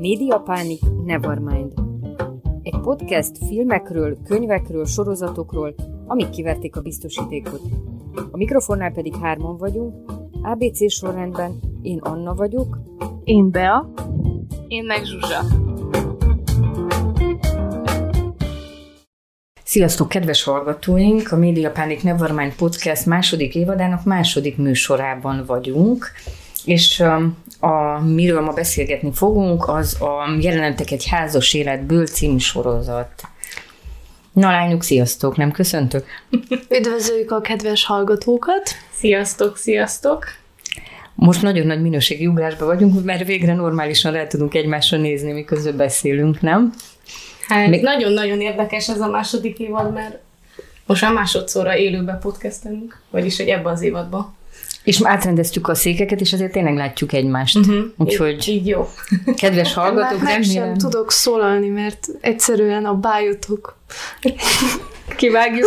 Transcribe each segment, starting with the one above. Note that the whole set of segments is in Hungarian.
Médiapánik Nevermind. Egy podcast filmekről, könyvekről, sorozatokról, amik kiverték a biztosítékot. A mikrofonnál pedig 3-an vagyunk, ABC sorrendben. Én Anna vagyok. Én Bea. Én meg Zsuzsa. Sziasztok, kedves hallgatóink! A Médiapánik Nevermind podcast második évadának második műsorában vagyunk, és miről ma beszélgetni fogunk, az a Jelenetek egy házas életből című sorozat. Na lányok, sziasztok, nem köszöntök? Üdvözöljük a kedves hallgatókat! Sziasztok, sziasztok! Most nagyon nagy minőségi ugrásban vagyunk, mert végre normálisan rá tudunk egymásra nézni, miközben beszélünk, nem? Hát nagyon-nagyon érdekes ez a második évad, mert most már másodszorra élőben podcastelünk, vagyis hogy ebben az évadban. És átrendeztük a székeket, és azért tényleg látjuk egymást. Úgyhogy így jó. Kedves hallgatók, meg sem tudok szólalni, mert egyszerűen a bájotok. Kivágjuk.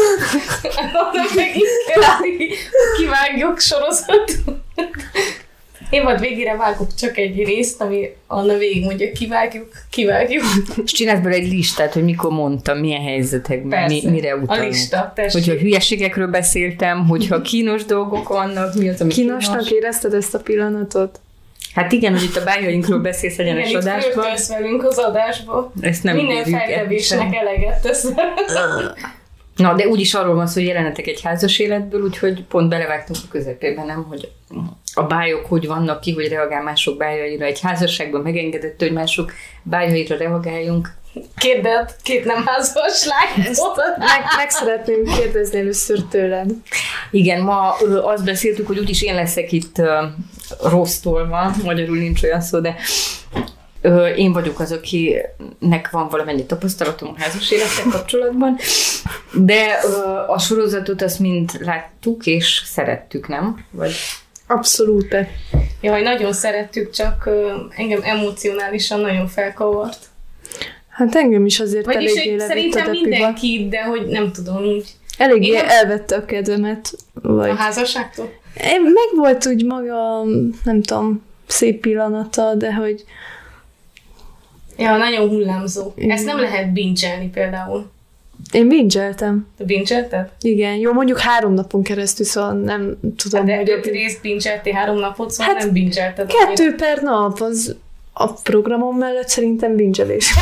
Kivágjuk sorozat. Évad végére vágok csak egy részt, ami Anna végig mondja, kivágjuk. És csinálsz belőle egy listát, hogy mikor mondtam, milyen helyzetekben, mire utalunk. A lista, tessék. Hogyha hülyeségekről beszéltem, hogyha kínos dolgok vannak, mi az, ami kínosnak érezted ezt a pillanatot? Hát igen, hogy itt a bájainkról beszélsz egyenes igen, adásban. Igen, itt flörtölsz velünk az adásba. Ezt nem minden feltevésnek eleget tesz. Na, de úgyis arról van szó, hogy jelenetek egy házas életből, úgyhogy pont belevágtunk a közepébe, nem, hogy a bájok hogy vannak ki, hogy reagál mások bájaira. Egy házasságban megengedett, hogy mások bájaira reagáljunk. Kérded, két nem házas lányot. Meg szeretném kérdezni először tőled. Igen, ma azt beszéltük, hogy úgyis én leszek itt rossztolva, magyarul nincs olyan szó, de én vagyok az, akinek van valamennyi tapasztalatom a házas élettel kapcsolatban, de a sorozatot azt mind láttuk, és szerettük, nem? Vagy... Abszolút. Jaj, nagyon szerettük, csak engem emocionálisan nagyon felkavart. Hát engem is azért vagyis, eléggé levitt szerintem a mindenki, de hogy nem tudom úgy. Eléggé elvette a kedvemet. Vagy... A házasságtól? Meg volt úgy maga, nem tudom, szép pillanata, de hogy... Ja, nagyon hullámzó. Ezt nem lehet binge-elni például. Én binge-eltem. Te binge-elted? Igen. Jó, mondjuk 3 napon keresztül, szóval nem tudom, de hogy... De 5 részt binge-eltél 3 napot, szóval hát nem binge-elted. 2 per nap, az a programom mellett szerintem binge-elés.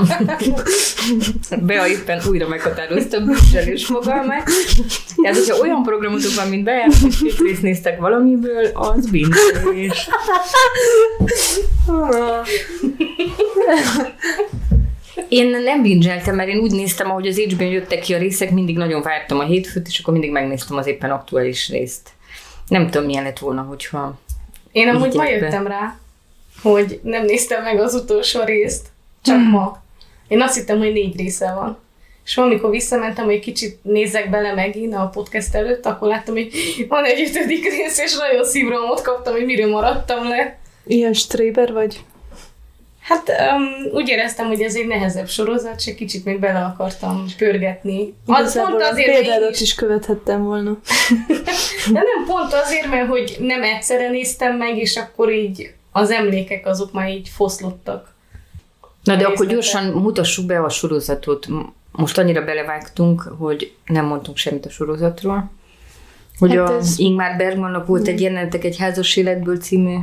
Bea éppen újra meghatározta a binge-elés fogalmát. Tehát, hogyha olyan programotok van, mint Bea, hogy 2 részt néztek valamiből, az binge-elés. Én nem binge-eltem, mert én úgy néztem, ahogy az HBO-n jöttek ki a részek, mindig nagyon vártam a hétfőt, és akkor mindig megnéztem az éppen aktuális részt. Nem tudom, milyen lett volna, hogyha... Én amúgy ma jöttem rá, hogy nem néztem meg az utolsó részt, csak ma. Én azt hittem, hogy 4 része van. És amikor visszamentem, hogy kicsit nézzek bele megint a podcast előtt, akkor láttam, hogy van egy 5. rész, és nagyon szívrohamot kaptam, hogy miről maradtam le. Ilyen stréber vagy? Hát úgy éreztem, hogy ez egy nehezebb sorozat, csak kicsit még bele akartam pörgetni. Pont azért, például is követhettem volna. De nem pont azért, mert hogy nem egyszerre néztem meg, és akkor így az emlékek azok már így foszlottak. Na de akkor gyorsan mutassuk be a sorozatot. Most annyira belevágtunk, hogy nem mondtunk semmit a sorozatról. Hogy hát Ingmar Bergmannak volt egy Jelenetek egy házas életből című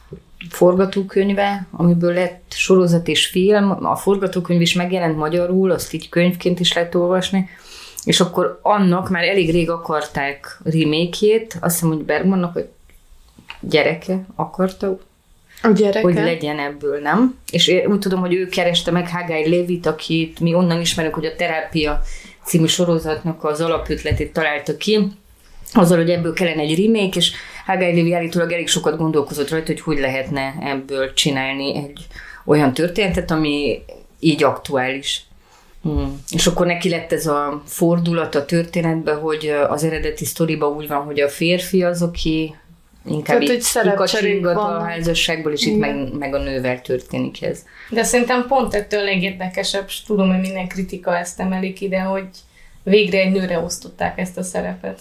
forgatókönyve, amiből lett sorozat és film. A forgatókönyv is megjelent magyarul, azt így könyvként is lehet olvasni. És akkor annak már elég rég akarták remake-jét, azt hiszem, hogy Bergmannak a gyereke akarta, hogy legyen ebből, nem? És én úgy tudom, hogy ő kereste meg Hagai Levit, akit mi onnan ismerünk, hogy a Terápia című sorozatnak az alapötletét találta ki, azzal, hogy ebből kellene egy remake, és Hagai Levi állítólag elég sokat gondolkozott rajta, hogy lehetne ebből csinálni egy olyan történetet, ami így aktuális. És akkor neki lett ez a fordulat a történetben, hogy az eredeti sztoriban úgy van, hogy a férfi az, aki inkább így kikacsingat a házasságból, és itt meg a nővel történik ez. De szerintem pont ettől a legérdekesebb, és tudom, hogy minden kritika ezt emelik ide, hogy végre egy nőre osztották ezt a szerepet.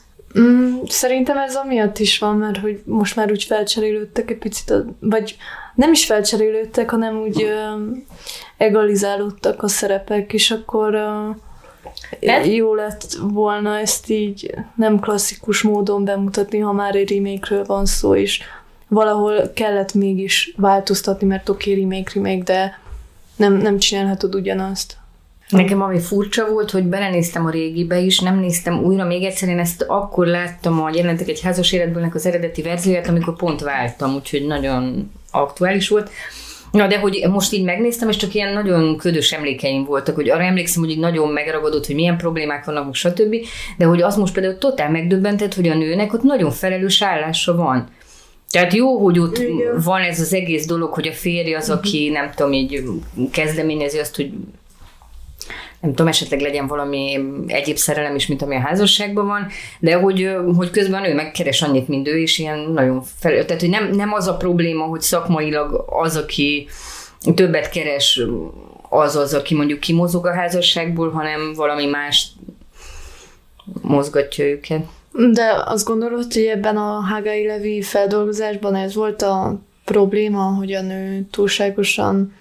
Szerintem ez amiatt is van, mert hogy most már úgy felcserélődtek egy picit, vagy nem is felcserélődtek, hanem úgy egalizálódtak a szerepek, és akkor jó lett volna ezt így nem klasszikus módon bemutatni, ha már egy remake-ről van szó, és valahol kellett mégis változtatni, mert remake, de nem csinálhatod ugyanazt. Nekem ami furcsa volt, hogy belenéztem a régibe is, nem néztem újra még egyszer, én ezt akkor láttam, hogy jelentek egy házas életbőlnek az eredeti verzióját, amikor pont váltam, úgyhogy nagyon aktuális volt. Na, de hogy most így megnéztem, és csak ilyen nagyon ködös emlékeim voltak, hogy arra emlékszem, hogy így nagyon megragadott, hogy milyen problémák vannak, stb. De hogy az most például totál megdöbbentett, hogy a nőnek ott nagyon felelős állása van. Tehát jó, hogy ott van ez az egész dolog, hogy a férj az, aki nem tudom, így kezdeményezi azt, hogy nem tudom, esetleg legyen valami egyéb szerelem is, mint ami a házasságban van, de hogy közben a nő megkeres annyit, mint ő, és ilyen nagyon felelős. Tehát, hogy nem az a probléma, hogy szakmailag az, aki többet keres, az, aki mondjuk kimozog a házasságból, hanem valami más mozgatja őket. De azt gondolod, hogy ebben a Hágai Levi feldolgozásban ez volt a probléma, hogy a nő túlságosan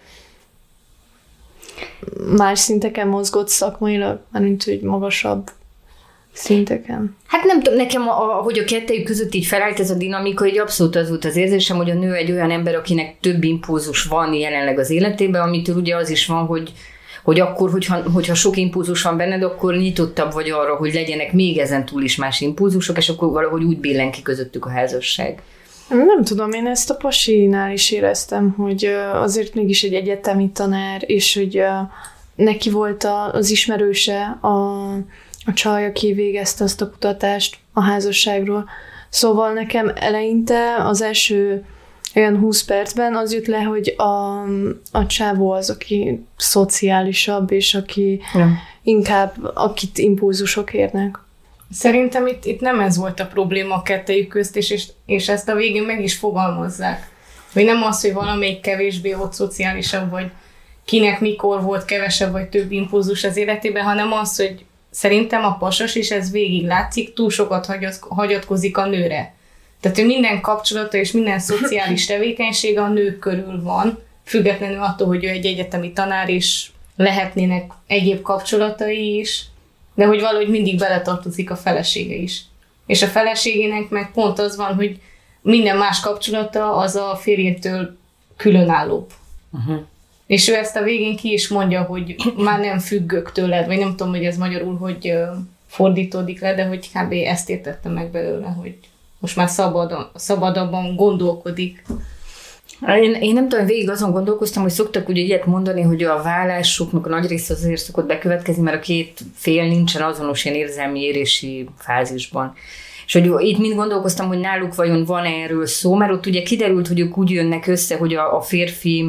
más szinteken mozgott szakmailag, mint hogy magasabb szinteken? Hát nem tudom, nekem, hogy a kettejük között így felállt ez a dinamika, így abszolút az volt az érzésem, hogy a nő egy olyan ember, akinek több impulzus van jelenleg az életében, amitől ugye az is van, hogy akkor, hogyha sok impulzus van benned, akkor nyitottabb vagy arra, hogy legyenek még ezen túl is más impulzusok, és akkor valahogy úgy billen ki közöttük a házasság. Nem tudom, én ezt a pasinál is éreztem, hogy azért mégis egy egyetemi tanár, és hogy neki volt az ismerőse a csaj, aki végezte azt a kutatást a házasságról. Szóval nekem eleinte az első olyan 20 percben az jött le, hogy a csávó az, aki szociálisabb, és aki inkább, akit impulzusok érnek. Szerintem itt nem ez volt a probléma a kettejük közt, és ezt a végén meg is fogalmazzák. Hogy nem az, hogy valamelyik kevésbé volt szociálisabb, vagy kinek mikor volt kevesebb, vagy több impulzus az életében, hanem az, hogy szerintem a pasas, és ez végig látszik, túl sokat hagyatkozik a nőre. Tehát, hogy minden kapcsolata és minden szociális tevékenysége a nők körül van, függetlenül attól, hogy ő egy egyetemi tanár, és lehetnének egyéb kapcsolatai is, de hogy valahogy mindig beletartozik a felesége is. És a feleségének meg pont az van, hogy minden más kapcsolata az a férjétől különállóbb. Uh-huh. És ő ezt a végén ki is mondja, hogy már nem függök tőled, vagy nem tudom, hogy ez magyarul, hogy fordítódik le, de hogy kb. Ezt értettem meg belőle, hogy most már szabadabban gondolkodik. Én nem tudom, végig azon gondolkoztam, hogy szoktak ugye ilyet mondani, hogy a vállásoknak a nagy része azért szokott bekövetkezni, mert a két fél nincsen azonos ilyen érzelmi érési fázisban. És hogy itt mind gondolkoztam, hogy náluk vajon van erről szó, mert ott ugye kiderült, hogy ők úgy jönnek össze, hogy a férfi...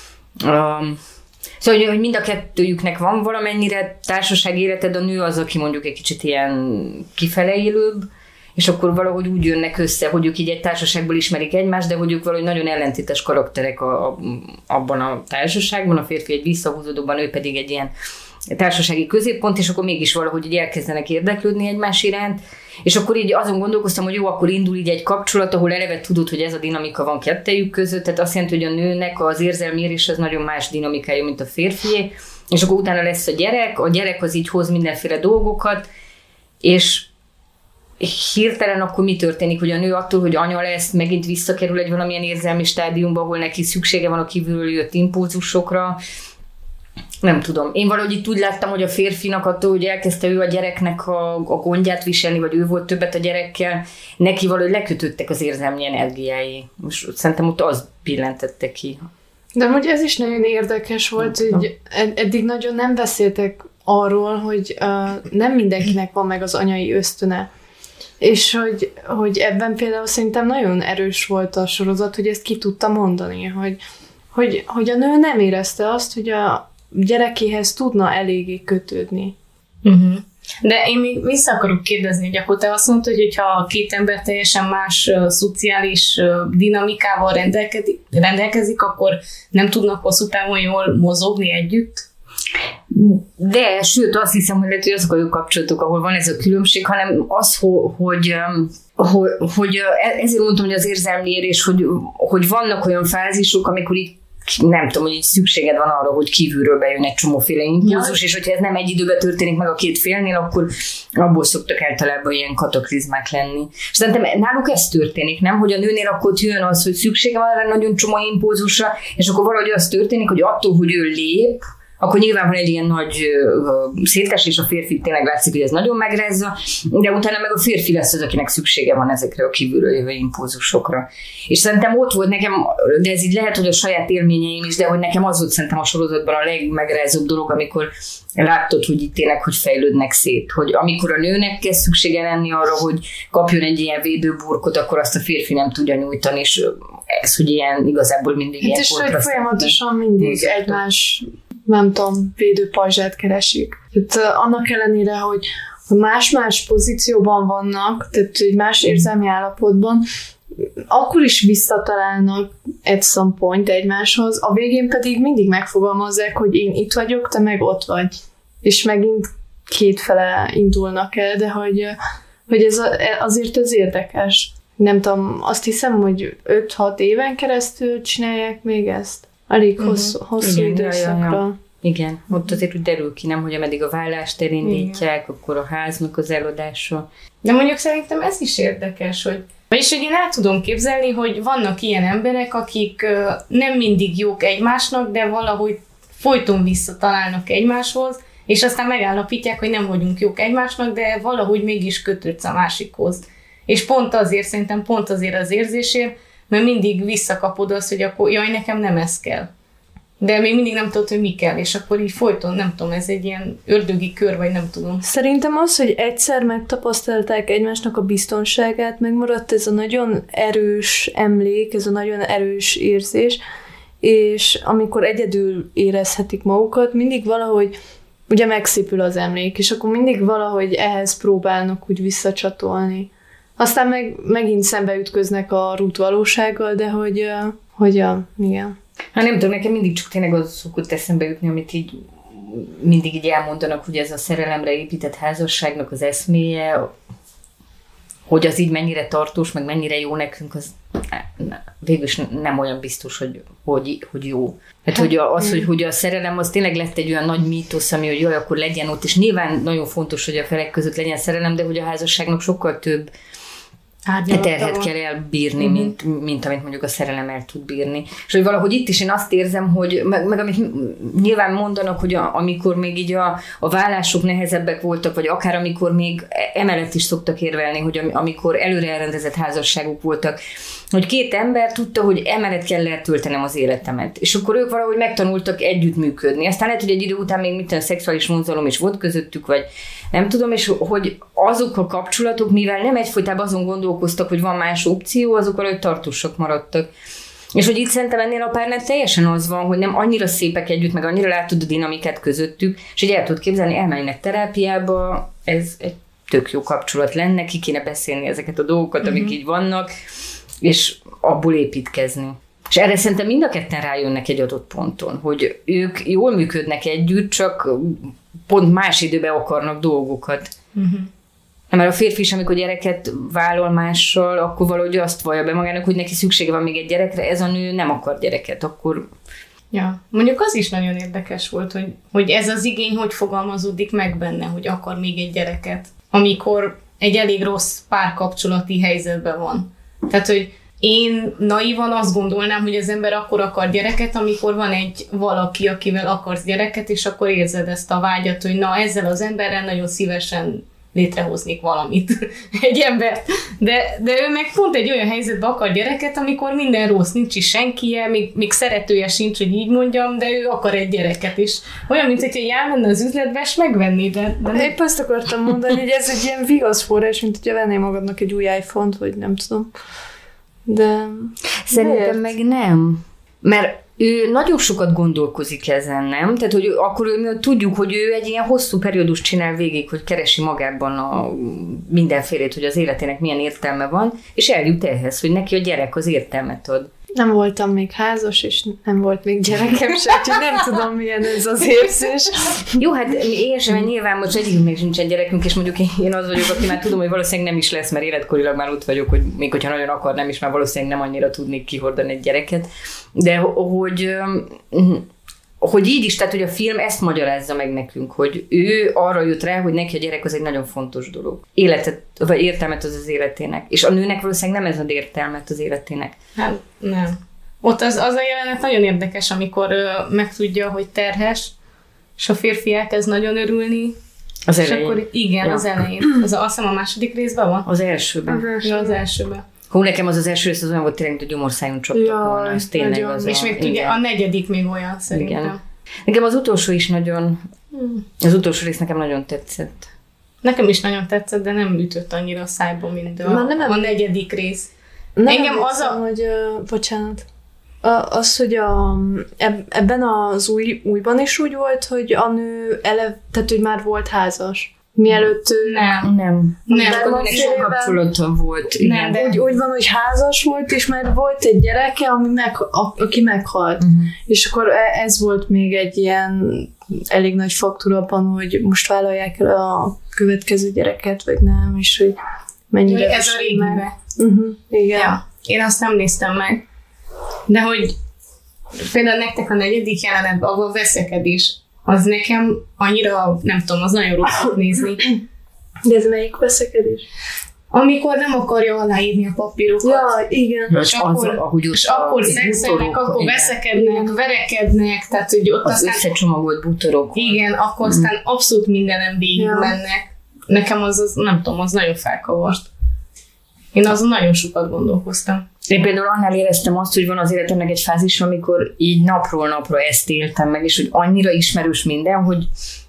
Szóval, hogy mind a kettőjüknek van valamennyire társasági életed, a nő az, aki mondjuk egy kicsit ilyen kifele élőbb, és akkor valahogy úgy jönnek össze, hogy ők így egy társaságból ismerik egymást, de hogy ők valahogy nagyon ellentétes karakterek abban a társaságban, a férfi egy visszahúzódóban, ő pedig egy ilyen társasági középpont, és akkor mégis valahogy így elkezdenek érdeklődni egymás iránt, és akkor így azon gondolkoztam, hogy jó, akkor indul így egy kapcsolat, ahol eleve tudod, hogy ez a dinamika van kettejük között, tehát azt jelenti, hogy a nőnek az érzelmi érés az nagyon más dinamikája, mint a férfié, és akkor utána lesz a gyerek az így hoz mindenféle dolgokat, és hirtelen akkor mi történik, hogy a nő attól, hogy anya lesz, megint visszakerül egy valamilyen érzelmi stádiumba, ahol neki szüksége van a kívülről jött impulzusokra. Nem tudom. Én valahogy itt úgy láttam, hogy a férfinak attól, hogy elkezdte ő a gyereknek a gondját viselni, vagy ő volt többet a gyerekkel, neki valahogy lekötöttek az érzelmi energiái. Most szerintem ott az billentette ki. De hogy ez is nagyon érdekes volt, hogy eddig nagyon nem beszéltek arról, hogy nem mindenkinek van meg az anyai ösztöne. És hogy ebben például szerintem nagyon erős volt a sorozat, hogy ezt ki tudta mondani, hogy a nő nem érezte azt, hogy a gyerekéhez tudna eléggé kötődni. Uh-huh. De én még vissza akarok kérdezni, hogy akkor te azt mondtad, hogy ha a két ember teljesen más szociális dinamikával rendelkezik, akkor nem tudnak hosszú távon jól mozogni együtt? De, sőt, azt hiszem, hogy lehet, hogy azok a jó kapcsolatok, ahol van ez a különbség, hanem az, hogy ezért mondtam, hogy az érzelmi érés, hogy vannak olyan fázisok, amikor így nem tudom, hogy így szükséged van arra, hogy kívülről bejön egy csomóféle impulzus, és hogyha ez nem egy időben történik meg a két félnél, akkor abból szoktak általában ilyen kataklizmák lenni. És szerintem náluk ez történik, nem? Hogy a nőnél akkor jön az, hogy szüksége van rá nagyon csomó impulzusra, és akkor valahogy az történik, hogy attól, hogy ő lép, akkor nyilván van egy ilyen nagy szétesés, a férfi tényleg látszik, hogy ez nagyon megrázza, de utána meg a férfi lesz az, akinek szüksége van ezekre a kívülről jövő impulzusokra. És szerintem ott volt nekem, de ez így lehet, hogy a saját élményeim is, de hogy nekem az volt szerintem a sorozatban a legmegrázóbb dolog, amikor láttad, hogy itt tényleg, hogy fejlődnek szét. Hogy amikor a nőnek kezd szüksége lenni arra, hogy kapjon egy ilyen védőburkot, akkor azt a férfi nem tudja nyújtani, és ez, hogy ilyen igazából mindig ilyen kontraszt. És folyamatosan mindig egymás, nem tudom, védőpajzsát keresik. Tehát annak ellenére, hogy más-más pozícióban vannak, tehát egy más érzelmi állapotban, akkor is visszatalálnak at some point egymáshoz, a végén pedig mindig megfogalmazzák, hogy én itt vagyok, te meg ott vagy. És megint kétfele indulnak el, de hogy ez azért ez érdekes. Nem tudom, azt hiszem, hogy 5-6 éven keresztül csinálják még ezt. Elég hosszú időszakra. Igen, ott azért úgy derül ki, nem, hogy ameddig a vállást elindítják, akkor a háznak az eladása. De mondjuk szerintem ez is érdekes, vagyis, hogy én el tudom képzelni, hogy vannak ilyen emberek, akik nem mindig jók egymásnak, de valahogy folyton visszatalálnak egymáshoz, és aztán megállapítják, hogy nem vagyunk jók egymásnak, de valahogy mégis kötődsz a másikhoz. És pont azért az érzésért, mert mindig visszakapod azt, hogy akkor jaj, nekem nem ez kell. De még mindig nem tudod, hogy mi kell, és akkor így folyton, nem tudom, ez egy ilyen ördögi kör, vagy nem tudom. Szerintem az, hogy egyszer megtapasztalták egymásnak a biztonságát, megmaradt ez a nagyon erős emlék, ez a nagyon erős érzés, és amikor egyedül érezhetik magukat, mindig valahogy ugye megszépül az emlék, és akkor mindig valahogy ehhez próbálnak úgy visszacsatolni. Aztán megint szembeütköznek a rút valósággal, de igen. Hát nem tudom, nekem mindig csak tényleg az szokott eszembe jutni, amit így mindig így elmondanak, hogy ez a szerelemre épített házasságnak az eszméje, hogy az így mennyire tartós, meg mennyire jó nekünk, az végülis nem olyan biztos, hogy jó. Hát, hogy a szerelem az tényleg lett egy olyan nagy mítosz, ami, hogy jaj, akkor legyen ott, és nyilván nagyon fontos, hogy a felek között legyen szerelem, de hogy a házasságnak sokkal több terhet kell elbírni, mint amit mondjuk a szerelem el tud bírni. És hogy valahogy itt is én azt érzem, hogy meg amit nyilván mondanak, hogy amikor még így a vállások nehezebbek voltak, vagy akár amikor még emellett is szoktak érvelni, hogy amikor előre elrendezett házasságok voltak, hogy két ember tudta, hogy emellett kell eltöltenem az életemet. És akkor ők valahogy megtanultak együttműködni. Aztán lehet, hogy egy idő után még a szexuális vonzalom is volt közöttük, vagy nem tudom, és hogy azok a kapcsolatok, mivel nem egyfolytában azon gondolkoztak, hogy van más opció, azok valahogy tartósak maradtak. És hogy itt szerintem ennél a párnál teljesen az van, hogy nem annyira szépek együtt, meg annyira látod a dinamikát közöttük, és így el tudod képzelni, elmennek terápiába, ez egy tök jó kapcsolat lenne, ki kéne beszélni ezeket a dolgokat, amik így vannak, és abból építkezni. És erre szerintem mind a ketten rájönnek egy adott ponton, hogy ők jól működnek együtt, csak pont más időben akarnak dolgokat. Mert a férfi is, amikor gyereket vállal mással, akkor valahogy azt vallja be magának, hogy neki szüksége van még egy gyerekre, ez a nő nem akar gyereket, akkor... Ja, mondjuk az is nagyon érdekes volt, hogy ez az igény hogy fogalmazódik meg benne, hogy akar még egy gyereket, amikor egy elég rossz párkapcsolati helyzetben van. Tehát, hogy én naívan azt gondolnám, hogy az ember akkor akar gyereket, amikor van egy valaki, akivel akarsz gyereket, és akkor érzed ezt a vágyat, hogy na, ezzel az emberrel nagyon szívesen létrehoznék valamit, egy embert. De ő meg pont egy olyan helyzetben akar gyereket, amikor minden rossz, nincs is senkije, még szeretője sincs, hogy így mondjam, de ő akar egy gyereket is. Olyan, mint hogyha elmenne az üzletbe, és megvenni, de épp azt akartam mondani, hogy ez egy ilyen vigaszforrás, mint hogyha vennél magadnak egy új iPhone-t, vagy nem tudom. De... Szerintem meg nem. Mert ő nagyon sokat gondolkozik ezen, nem? Tehát, hogy akkor tudjuk, hogy ő egy ilyen hosszú periódus csinál végig, hogy keresi magában mindenfélét, hogy az életének milyen értelme van, és eljut ehhez, hogy neki a gyerek az értelmet ad. Nem voltam még házas, és nem volt még gyerekem se, úgyhogy nem tudom, milyen ez az érzés. Jó, hát én sem, nyilván most egyikünk még nincsen gyerekünk, és mondjuk én az vagyok, aki már tudom, hogy valószínűleg nem is lesz, mert életkorilag már ott vagyok, hogy még hogyha nagyon akarnám is, már valószínűleg nem annyira tudnék kihordani egy gyereket. De hogy így is, tehát hogy a film ezt magyarázza meg nekünk, hogy ő arra jött rá, hogy neki a gyerek az egy nagyon fontos dolog. Életet, vagy értelmet az életének. És a nőnek valószínűleg nem ez ad értelmet az életének. Hát nem. Ott az a jelenet nagyon érdekes, amikor megtudja, hogy terhes, és a férfi elkezd nagyon örülni. Az elején. Akkor igen, ja. Az elején. Az azt hiszem a második részben van? Az elsőben. Az elsőben. Hú, nekem az első rész az olyan volt tényleg, hogy a gyomorszájon csaptak volna. Ez tényleg az és még ugye a negyedik még olyan szerintem. Igen. Nekem az utolsó is nagyon, az utolsó rész nekem nagyon tetszett. Nekem is nagyon tetszett, de nem ütött annyira a szájba, mint a negyedik rész. Engem az hogy, bocsánat, az, hogy ebben az újban is úgy volt, hogy a nő tehát hogy már volt házas. Mielőtt Nem. Sok kapcsolata volt. Nem, de úgy van, hogy házas volt, és már volt egy gyereke, aki meghalt. És akkor ez volt még egy ilyen elég nagy faktor abban, hogy most vállalják el a következő gyereket, vagy nem, és hogy mennyire... Ez a régibe. Igen. Ja, én azt nem néztem meg. De hogy például nektek a negyedik jelenetben, ahol a veszekedés, az nekem annyira, nem tudom, az nagyon rosszat nézni. De ez melyik veszekedés? Amikor nem akarja aláírni a papírokat. Ja, igen. És akkor szexelnek, akkor veszekednek, verekednek, tehát hogy ott az aztán... összecsomagolt bútorok. Igen, akkor aztán abszolút mindenem végig mennek. Nekem az, nem tudom, az nagyon felkavart. Én azon nagyon sokat gondolkoztam. Én például annál éreztem azt, hogy van az életemnek egy fázis, amikor így napról napra ezt éltem meg, és hogy annyira ismerős minden, hogy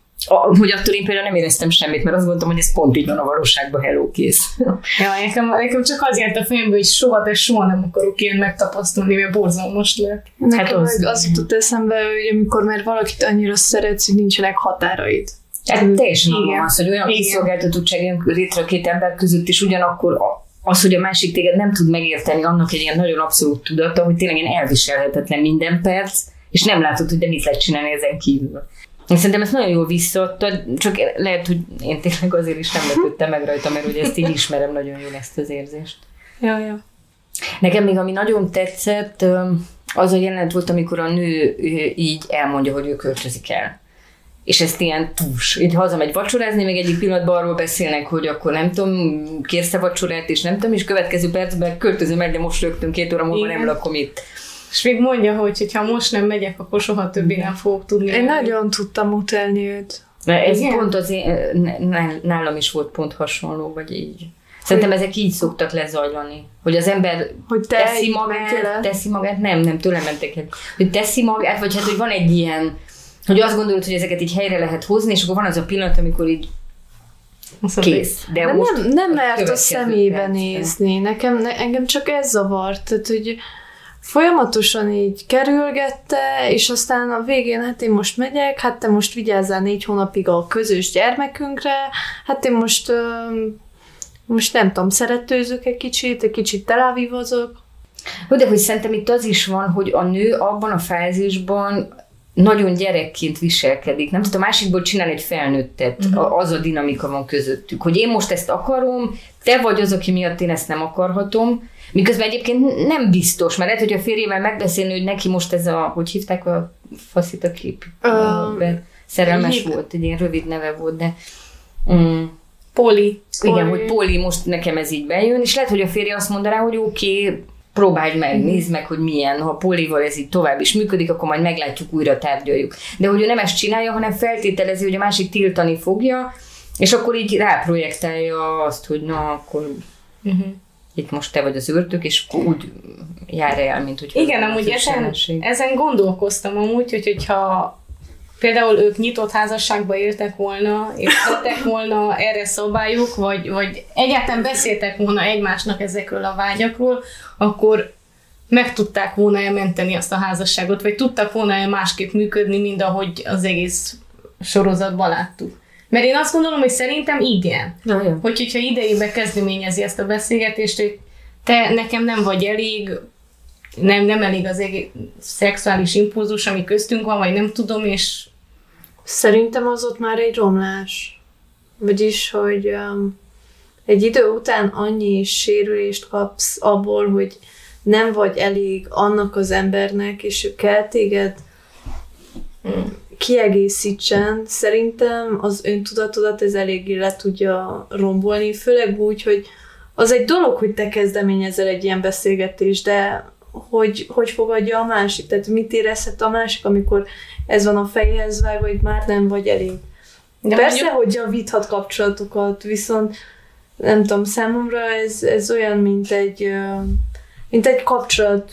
attól én például nem éreztem semmit, mert azt gondoltam, hogy ez pont így van a valóságban, hello, kész. Ja, nekem csak az járt a fejembe, hogy soha nem akarok ilyen megtapasztalni, mert borzalmas lett. Nekem az jutott eszembe, hogy amikor már valakit annyira szeretsz, hogy nincsenek határaid. Hát teljesen van az, hogy olyan kiszolgáltatottság jön létre a két ember között, és ugyanakkor az, hogy a másik téged nem tud megérteni, annak egy ilyen nagyon abszolút tudata, hogy tényleg ilyen elviselhetetlen minden perc, és nem látod, hogy de mit lehet csinálni ezen kívül. Én szerintem ezt nagyon jól visszaadtad, csak lehet, hogy én tényleg azért is nem lepődtem meg rajta, mert ugye ezt így ismerem nagyon jól, ezt az érzést. Ja. Nekem még ami nagyon tetszett, az a jelenet volt, amikor a nő így elmondja, hogy ő költözik el. És ezt ilyen túls. Így hazamegy vacsorázni, még egyik pillanatban arról beszélnek, hogy akkor nem tudom, kérsz-e vacsorát, és nem tudom, és következő percben költözöm meg, de most rögtön 2 óra múlva nem lakom itt. És még mondja, hogy ha most nem megyek, akkor soha többé nem fogok tudni. Én nagyon tudtam utelni őt. Ez pont nálam is volt pont hasonló, vagy így. Szerintem ezek így szoktak lezajlani. Hogy az ember teszi magát, nem tőlem mentek el. Hogy teszi magát, vagy hát, hogy van egy ilyen, hogy azt gondolod, hogy ezeket így helyre lehet hozni, és akkor van az a pillanat, amikor így kész. De nem mert a szemébe nézni. Engem csak ez zavart. Tehát, hogy folyamatosan így kerülgette, és aztán a végén, hát én most megyek, hát te most vigyázzál 4 hónapig a közös gyermekünkre, hát én most nem tudom, szeretőzök egy kicsit telávívozok. De hogy szerintem itt az is van, hogy a nő abban a fázisban nagyon gyerekként viselkedik. Nem tudom, a másikból csinál egy felnőttet, az a dinamika van közöttük. Hogy én most ezt akarom, te vagy az, aki miatt én ezt nem akarhatom, miközben egyébként nem biztos, mert lehet, hogy a férjével megbeszélni, hogy neki most ez a, hogy hívták a faszit, aki szerelmes volt, egy ilyen rövid neve volt, de... Póli. Igen, hogy Póli, most nekem ez így bejön, és lehet, hogy a férje azt mondaná, hogy oké, próbálj meg, nézd meg, hogy milyen, ha Pólival ez így tovább is működik, akkor majd meglátjuk, újra tárgyaljuk. De hogy ő nem ezt csinálja, hanem feltételezi, hogy a másik tiltani fogja, és akkor így ráprojektálja azt, hogy na, akkor itt most te vagy az őrtök, és úgy jár el, mint hogy... Igen, amúgy ezen gondolkoztam amúgy, hogyha például ők nyitott házasságba éltek volna, és tettek volna erre szabályok, vagy egyáltalán beszéltek volna egymásnak ezekről a vágyakról, akkor meg tudták volna elmenteni azt a házasságot, vagy tudtak volna másképp működni, mint ahogy az egész sorozatban láttuk. Mert én azt gondolom, hogy szerintem igen. Hogyha idejében kezdeményezi ezt a beszélgetést, hogy te nekem nem vagy elég, nem elég az szexuális impulzus, ami köztünk van, vagy nem tudom, és... Szerintem az ott már egy romlás. Vagyis, hogy egy idő után annyi sérülést kapsz abból, hogy nem vagy elég annak az embernek, és ő kell téged kiegészítsen. Szerintem az öntudatodat ez eléggé le tudja rombolni, főleg úgy, hogy az egy dolog, hogy te kezdeményezel egy ilyen beszélgetést, de hogy fogadja a másik, tehát mit érezhet a másik, amikor ez van a fejhez vágva, hogy már nem vagy elég. De persze, hogy javíthat kapcsolatokat, viszont nem tudom, számomra ez olyan, mint egy kapcsolat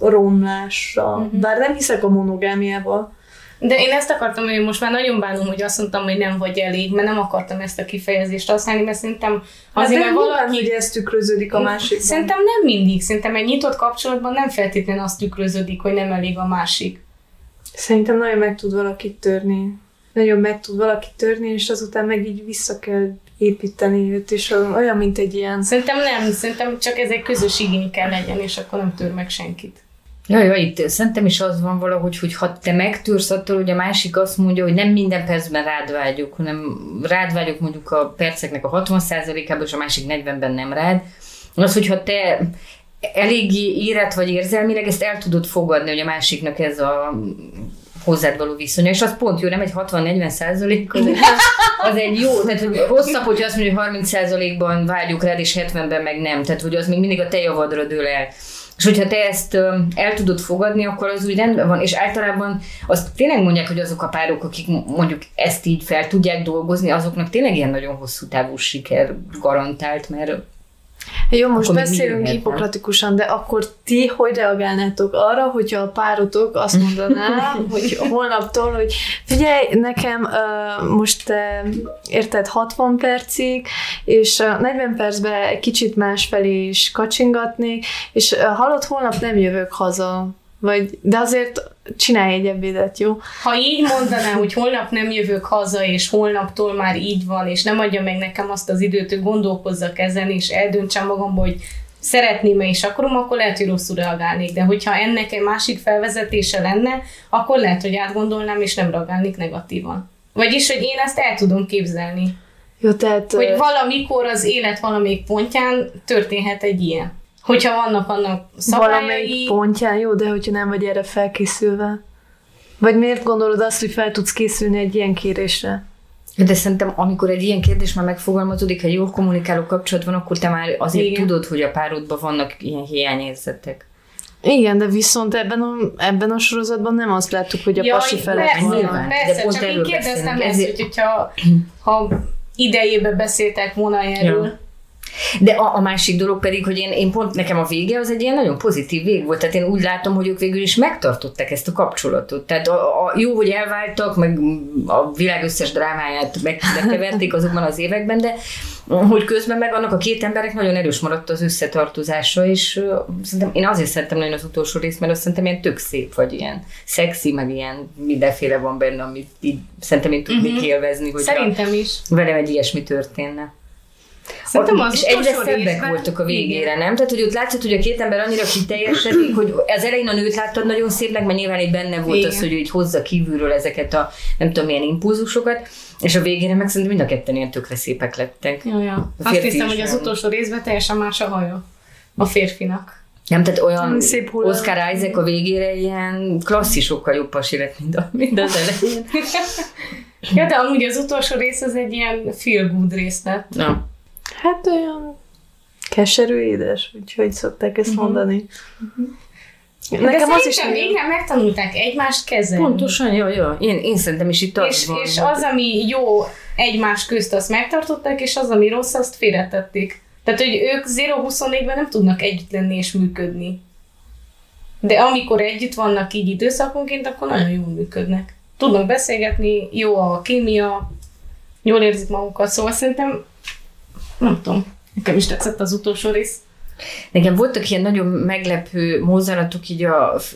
romlásra. Bár nem hiszek a monogámiába. De én ezt akartam, hogy most már nagyon bánom, hogy azt mondtam, hogy nem vagy elég, mert nem akartam ezt a kifejezést használni, mert szerintem azért, mert valaki... hogy ez tükröződik a másikban. Szerintem nem mindig. Szerintem egy nyitott kapcsolatban nem feltétlenül azt tükröződik, hogy nem elég a másik. Szerintem nagyon meg tud valakit törni. Nagyon meg tud valakit törni, és azután meg így vissza kell építeni őt, és olyan, mint egy ilyen... Szerintem nem, szerintem csak ez egy közös igény kell legyen, és akkor nem tör meg senkit. Ja, itt szerintem is az van valahogy, hogy ha te megtörsz attól, hogy a másik azt mondja, hogy nem minden percben rád vágyok, hanem rád vágyok mondjuk a perceknek a 60%-ában, és a másik 40-ben nem rád. Az, hogyha te eléggé érett vagy érzelmileg, ezt el tudod fogadni, hogy a másiknak ez a hozzád való viszonya, és az pont jó, nem egy 60-40%, az egy jó, tehát rosszabb, hogyha azt mondja, hogy 30%-ban vágyok rád, és 70-ben meg nem, tehát hogy az még mindig a te javadra dől el. És hogyha te ezt el tudod fogadni, akkor az úgy rendben van, és általában azt tényleg mondják, hogy azok a párok, akik mondjuk ezt így fel tudják dolgozni, azoknak tényleg ilyen nagyon hosszú távú siker garantált, mert jó, most beszélünk hipokratikusan, de akkor ti hogy reagálnátok arra, hogyha a párotok azt mondaná, hogy holnaptól, hogy figyelj, nekem most érted 60 percig, és 40 percben egy kicsit másfelé is kacsingatnék, és hallod, holnap nem jövök haza. De azért csinálj egy ebédet, jó? Ha így mondaná, hogy holnap nem jövök haza, és holnaptól már így van, és nem adja meg nekem azt az időt, hogy gondolkozzak ezen, és eldöntsem magamból, hogy szeretném-e és akarom, akkor lehet, hogy rosszul reagálnék. De hogyha ennek egy másik felvezetése lenne, akkor lehet, hogy átgondolnám, és nem reagálnék negatívan. Vagyis, hogy én ezt el tudom képzelni. Jó, tehát... Hogy valamikor az élet valamelyik pontján történhet egy ilyen. Hogyha vannak annak szabályai... Valamelyik pontján, jó, de hogyha nem vagy erre felkészülve. Vagy miért gondolod azt, hogy fel tudsz készülni egy ilyen kérésre? De szerintem, amikor egy ilyen kérdés már megfogalmazódik, ha jól kommunikáló kapcsolat van, akkor te már azért igen. tudod, hogy a párodban vannak ilyen hiányérzetek. Igen, de viszont ebben a sorozatban nem azt láttuk, hogy a pasi felett van. Persze, de csak én kérdeztem ezt, hogyha idejében beszéltek volna erről. Ja. De a másik dolog pedig, hogy én pont nekem a vége az egy ilyen nagyon pozitív vég volt, tehát én úgy látom, hogy ők végül is megtartották ezt a kapcsolatot. Tehát jó, hogy elváltak, meg a világ összes drámáját megkeverték azokban az években, de hogy közben meg annak a két emberek nagyon erős maradt az összetartozása, és szerintem én azért szerettem nagyon az utolsó részt, mert azt szerintem ilyen tök szép, vagy ilyen szexi, meg ilyen mindenféle van benne, amit így szerintem én tudnék élvezni, hogy szerintem is velem egy ilyesmi történne. És egyre szebbek voltak a végére, nem? Tehát, hogy ott látszott, hogy a két ember annyira kiteljesedik, hogy az elején a nőt láttad nagyon szépnek, mert nyilván itt benne volt igen. az, hogy így hozza kívülről ezeket a nem tudom milyen impulzusokat, és a végére meg szerintem mind a ketten ilyen tökre szépek lettek. Ja. Azt hiszem, hogy az utolsó részben teljesen más a haja a férfinak. Nem, tehát olyan Oscar Isaac a végére ilyen klasszisokkal jobb pasi lett, mint az elején. Ja, de amúgy az utolsó rész az egy ilyen feel good rész lett. Na. Hát olyan keserű édes, úgyhogy szokták ezt mondani. Nekem az is végre megtanulták egymást kezelni. Pontosan, jó. Én szerintem is itt az van. És az, ami jó egymás közt, azt megtartották, és az, ami rossz, azt félretették. Tehát, hogy ők 0-24-ben nem tudnak együtt lenni és működni. De amikor együtt vannak így időszakonként, akkor nagyon jól működnek. Tudnak beszélgetni, jó a kémia, jól érzik magukat, szóval szerintem nem tudom, nekem is tetszett az utolsó rész. Nekem voltak ilyen nagyon meglepő mozzanatok így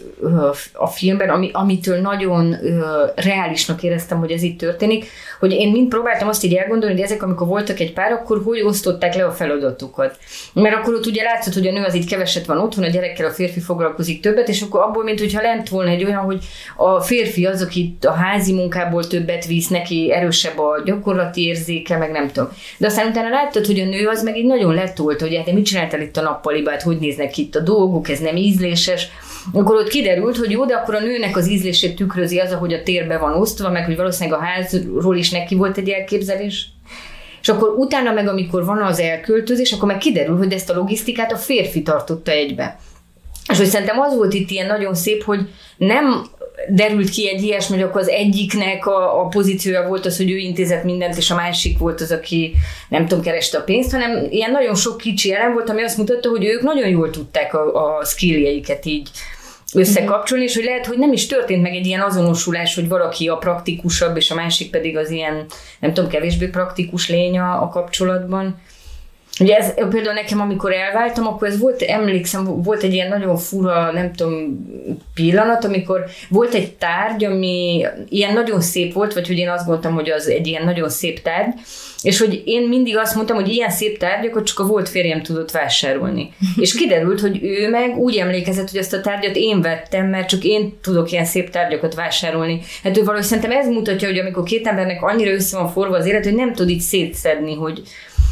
a filmben, amitől nagyon reálisnak éreztem, hogy ez itt történik, hogy én mind próbáltam azt így elgondolni, hogy ezek, amikor voltak egy pár, akkor hogy osztották le a feladatukat. Mert akkor ott ugye látszott, hogy a nő az így keveset van otthon, a gyerekkel, a férfi foglalkozik többet, és akkor abból, mintha lent volna egy olyan, hogy a férfi az, aki a házi munkából többet visz, neki erősebb a gyakorlati érzéke, meg nem tudom. De aztán utána láttad, hogy a nő az meg így nagyon letolta, hogy hát te mit csináltál itt a nappalibát, hogy néznek itt a dolgok, ez nem ízléses. Akkor ott kiderült, hogy jó, de akkor a nőnek az ízlését tükrözi az, ahogy a térbe van osztva, meg hogy valószínűleg a házról is neki volt egy elképzelés. És akkor utána meg, amikor van az elköltözés, akkor meg kiderül, hogy ezt a logisztikát a férfi tartotta egybe. És hogy szerintem az volt itt ilyen nagyon szép, hogy nem derült ki egy ilyesmi, hogy akkor az egyiknek a pozíciója volt az, hogy ő intézett mindent, és a másik volt az, aki nem tudom, kereste a pénzt, hanem ilyen nagyon sok kicsi elem volt, ami azt mutatta, hogy ők nagyon jól tudták a skilljeiket így összekapcsolni, és hogy lehet, hogy nem is történt meg egy ilyen azonosulás, hogy valaki a praktikusabb, és a másik pedig az ilyen, nem tudom, kevésbé praktikus lény a kapcsolatban. Ugye ez például nekem, amikor elváltam, akkor ez volt, emlékszem, volt egy ilyen nagyon fura, nem tudom, pillanat, amikor volt egy tárgy, ami ilyen nagyon szép volt, vagy hogy én azt gondoltam, hogy az egy ilyen nagyon szép tárgy, és hogy én mindig azt mondtam, hogy ilyen szép tárgyakat csak a volt férjem tudott vásárolni. És kiderült, hogy ő meg úgy emlékezett, hogy azt a tárgyat én vettem, mert csak én tudok ilyen szép tárgyakat vásárolni. Hát ő valahogy szerintem ez mutatja, hogy amikor két embernek annyira össze van forva az élet, hogy nem tud így szétszedni, hogy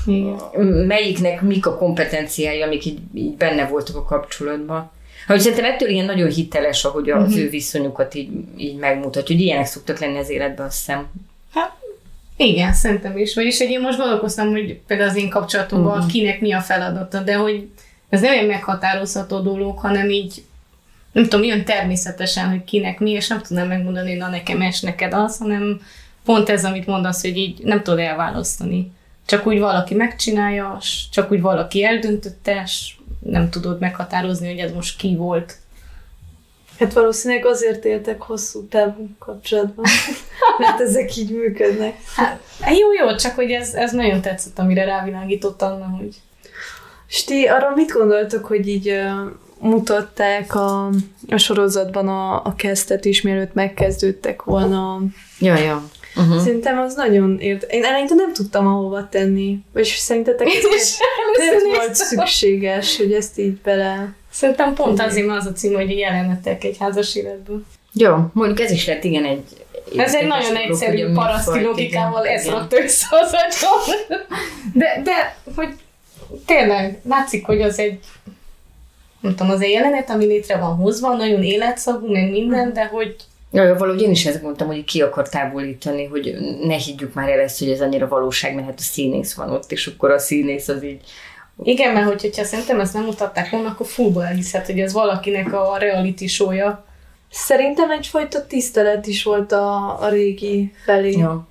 melyiknek mik a kompetenciái, amik így benne voltak a kapcsolatban. Hogy szerintem ettől ilyen nagyon hiteles, ahogy az ő viszonyukat így megmutatja, hogy ilyenek szoktak lenni az életben, azt hiszem. Hát, igen, szerintem is. Vagyis, hogy én most gondolkoztam, hogy például az én kapcsolatomban kinek mi a feladata, de hogy ez nem egy meghatározható dolog, hanem így, nem tudom, jön természetesen, hogy kinek mi, és nem tudnám megmondani, na nekem es, neked az, hanem pont ez, amit mondasz, hogy így nem tudod elválasztani. Csak úgy valaki megcsinálja, csak úgy valaki eldöntötte, és nem tudod meghatározni, hogy ez most ki volt. Hát valószínűleg azért éltek hosszú távú kapcsolatban, mert ezek így működnek. Hát, jó, csak hogy ez nagyon tetszett, amire rávilágított Anna, hogy... És ti arra mit gondoltok, hogy így mutatták a sorozatban a kezdet is, mielőtt megkezdődtek volna? Ja. Szerintem az nagyon Én eleinte nem tudtam ahova tenni. És szerintetek ez volt szükséges, hogy ezt így bele... Szerintem pont azért az a cím, hogy jelenetek egy házas életből. Jó, mondjuk ez is lett igen egy... Ez egy nagyon egyszerű paraszti logikával ez rakta össze az agyam. De hogy tényleg látszik, hogy az egy nem tudom, az egy jelenet, ami létre van hozva, nagyon életszagú, meg minden, de hogy ja, valahogy én is ezt mondtam, hogy ki akar távolítani, hogy ne higgyük már el ezt, hogy ez annyira valóság, mert hát a színész van ott, és akkor a színész az így... Igen, mert hogyha szerintem ezt nem mutatták volna, akkor fullból elhiszed, hogy ez valakinek a reality show-ja. Szerintem egyfajta tisztelet is volt a régi felé. Ja.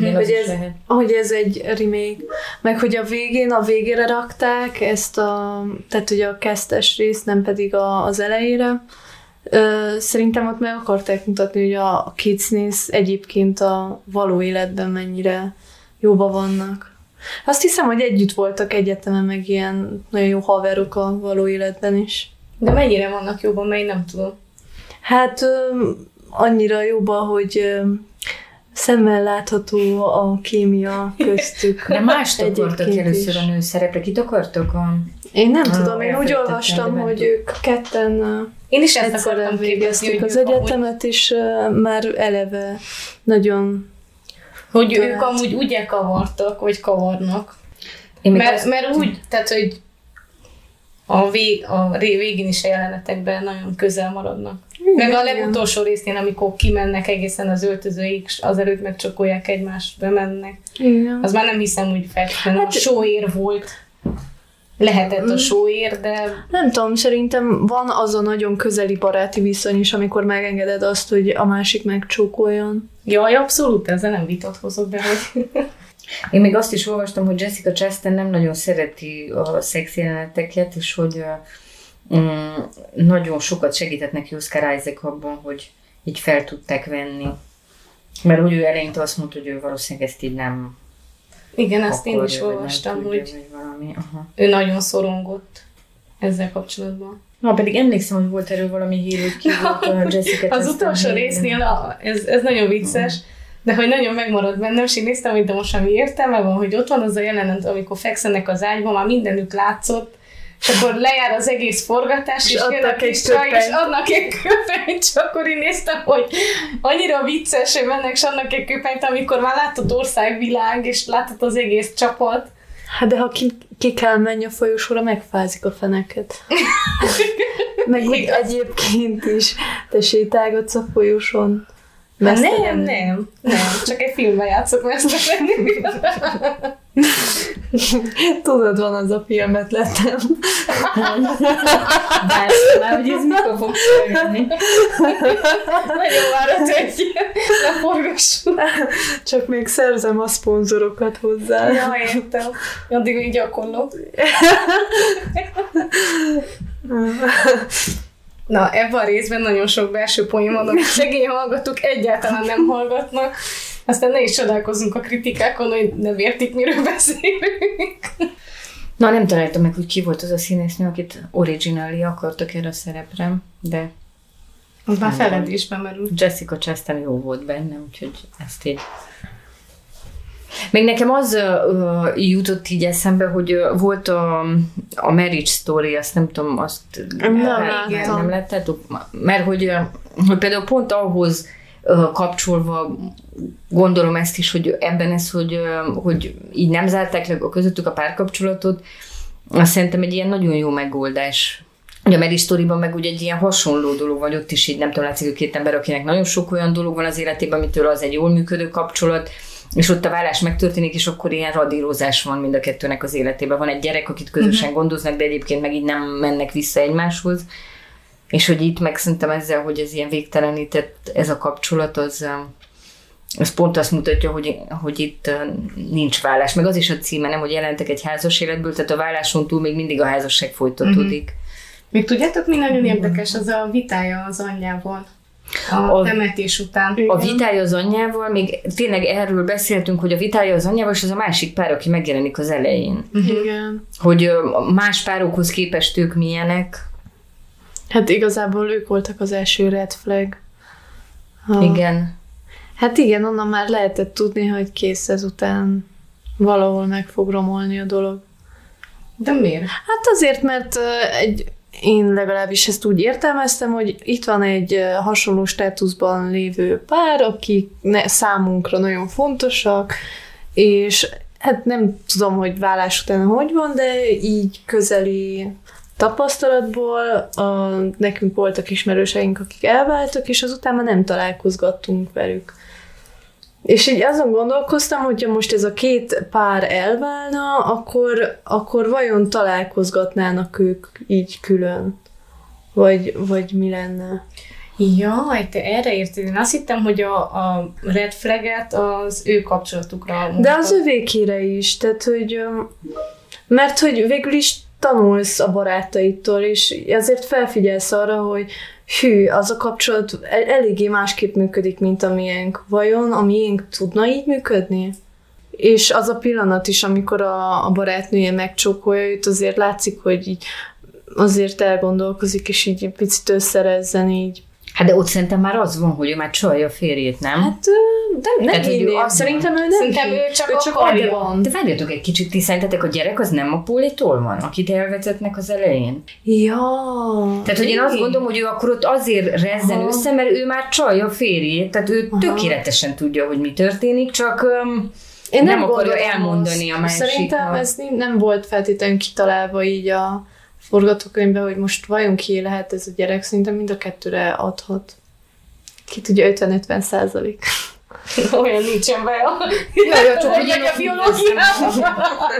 Hogy ez egy remake. Meg hogy a végére rakták ezt tehát ugye a kezdes részt, nem pedig az elejére. Szerintem ott meg akarták mutatni, hogy a két színész egyébként a való életben mennyire jóban vannak. Azt hiszem, hogy együtt voltak egyetemen, meg ilyen nagyon jó haverok a való életben is. De mennyire vannak jóban, mert én nem tudom. Hát annyira jóban, hogy szemmel látható a kémia köztük. De mást akartak először a nőszerepre. Kit akartok? Én nem tudom, én úgy olvastam, hogy ők ketten én is ezt akartam végezték az egyetemet, és már eleve nagyon... Hogy ők amúgy úgy kavartak, vagy kavarnak. Mert úgy, tehát, hogy a végén is a jelenetekben nagyon közel maradnak. Igen, meg a legutolsó részén, amikor kimennek egészen az öltözőig, azelőtt megcsokolják egymást, bemennek. Igen. Az már nem hiszem, hogy feltétlenül a sóér volt. Lehetett a sóér, de... Nem tudom, szerintem van az a nagyon közeli baráti viszony is, amikor megengeded azt, hogy a másik megcsókoljon. Jaj, abszolút, ezzel nem vitatkozok, de hogy... Én még azt is olvastam, hogy Jessica Chastain nem nagyon szereti a szexjeleneteket, és hogy nagyon sokat segített neki Oscar Isaac abban, hogy így fel tudták venni. Mert hogy ő eleinte azt mondta, hogy ő valószínűleg ezt így nem... Igen, ezt én is olvastam, hogy ő nagyon szorongott. ezzel kapcsolatban. Na, pedig emlékszem, hogy volt erről valami hír, hogy ki volt a Jessica. Az utolsó résznél ez nagyon vicces, de hogy nagyon megmaradt bennem, és én néztem, hogy de most ami értelme van, hogy ott van az a jelenet, amikor fekszenek az ágyban, már mindenük látszott, és akkor lejár az egész forgatás, és adnak egy köpenyt, és akkor én néztem, hogy annyira vicces, hogy mennek, és adnak egy köpenyt, amikor már látod országvilág, és látod az egész csapat. Hát de ha ki kell menni a folyosóra, megfázik a feneket. Meg úgy egyébként is. Te sétálgatsz a folyosón. Nem. Csak egy filmben játszok mesztelenül. Tudod, van az a filmet lettem. Már hogy ez mikor fog szólni. Nagyon várat, hogy leforgassuk. Csak még szerzem a szponzorokat hozzá. Ja, értem. Addig még gyakorlok. Na, ebben a részben nagyon sok belső poén van, amit szegény hallgatók egyáltalán nem hallgatnak. Aztán ne is csodálkozzunk a kritikákon, hogy nem értik, miről beszélünk. Na, nem találtam meg, hogy ki volt az a színésznő, akit originally akartak erre a szerepre, de... Az már feledésben merült. Jessica Chastain jó volt benne, úgyhogy ezt így... Még nekem az jutott így eszembe, hogy volt a Marriage Story, azt nem tudom, azt nem láttátok? Mert hogy például pont ahhoz kapcsolva gondolom ezt is, hogy ebben ez, hogy így nem zárták le közöttük a párkapcsolatot, azt szerintem egy ilyen nagyon jó megoldás. Ugye a Marriage Storyban meg ugye egy ilyen hasonló dolog van, ott is így nem tudom, látszik, hogy két ember, akinek nagyon sok olyan dolog van az életében, amitől az egy jól működő kapcsolat, és ott a vállás megtörténik, és akkor ilyen radírozás van mind a kettőnek az életében. Van egy gyerek, akit közösen gondoznak, de egyébként meg így nem mennek vissza egymáshoz. És hogy itt meg szerintem ezzel, hogy ez ilyen végtelenített ez a kapcsolat, az pont azt mutatja, hogy itt nincs vállás. Meg az is a címe, nem, hogy jelentek egy házas életből, tehát a válláson túl még mindig a házasság folytatódik. Még tudjátok, mi nagyon érdekes, az a vitája az anyjával. A temetés után. A vitája az anyjával, még tényleg erről beszéltünk, hogy a vitája az anyjával, és az a másik pár, aki megjelenik az elején. Igen. Hogy más párokhoz képest ők milyenek. Hát igazából ők voltak az első red flag. Igen. Hát igen, onnan már lehetett tudni, hogy kész ezután valahol meg fog romolni a dolog. De miért? Hát azért, mert én legalábbis ezt úgy értelmeztem, hogy itt van egy hasonló státuszban lévő pár, akik számunkra nagyon fontosak, és hát nem tudom, hogy vállás után hogy van, de így közeli tapasztalatból nekünk voltak ismerőseink, akik elváltak, és azután már nem találkozgattunk velük. És így azon gondolkoztam, hogyha most ez a két pár elválna, akkor vajon találkozgatnának ők így külön? Vagy mi lenne? Jaj, te erre érted. Én azt hittem, hogy a red flag-et az ő kapcsolatukra mondta. De az övékére is, tehát hogy mert hogy végül is tanulsz a barátaitól, és azért felfigyelsz arra, hogy az a kapcsolat eléggé másképp működik, mint a miénk. Vajon a miénk tudna így működni? És az a pillanat is, amikor a barátnője megcsókolja őt, azért látszik, hogy így azért elgondolkozik, és így picit összerezzen így. Hát de ott szerintem már az van, hogy ő már csalja a férjét, nem? Hát nem hinném. Szerintem ő nem. Szerintem ő csak akarja. De várjatok egy kicsit, ti szerintetek a gyerek az nem a Pólétól van, akit elvezetnek az elején? Ja. Tehát, hogy én azt gondolom, hogy ő akkor ott azért rezzen össze, mert ő már csalja a férjét, tehát ő tökéletesen tudja, hogy mi történik, csak én nem akarja elmondani a másiknak. Szerintem ez nem volt feltétlenül kitalálva így a forgatókönyvben, hogy most vajon ki lehet ez a gyerek, szerintem mind a kettőre adhat. Ki tudja, 50-50%. Olyan nincsen be a... Jaj, csak hogy a biológiában.